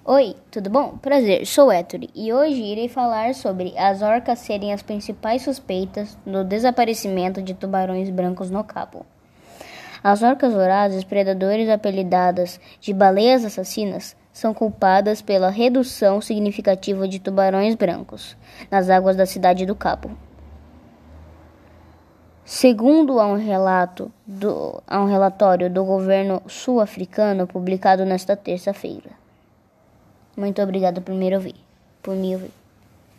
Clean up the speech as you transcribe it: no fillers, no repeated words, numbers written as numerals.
Oi, tudo bom? Prazer, sou Héctor e hoje irei falar sobre as orcas serem as principais suspeitas no desaparecimento de tubarões brancos no Cabo. As orcas vorazes, predadores apelidadas de baleias assassinas, são culpadas pela redução significativa de tubarões brancos nas águas da cidade do Cabo. Segundo um relatório do governo sul-africano publicado nesta terça-feira. Muito obrigado por me ouvir.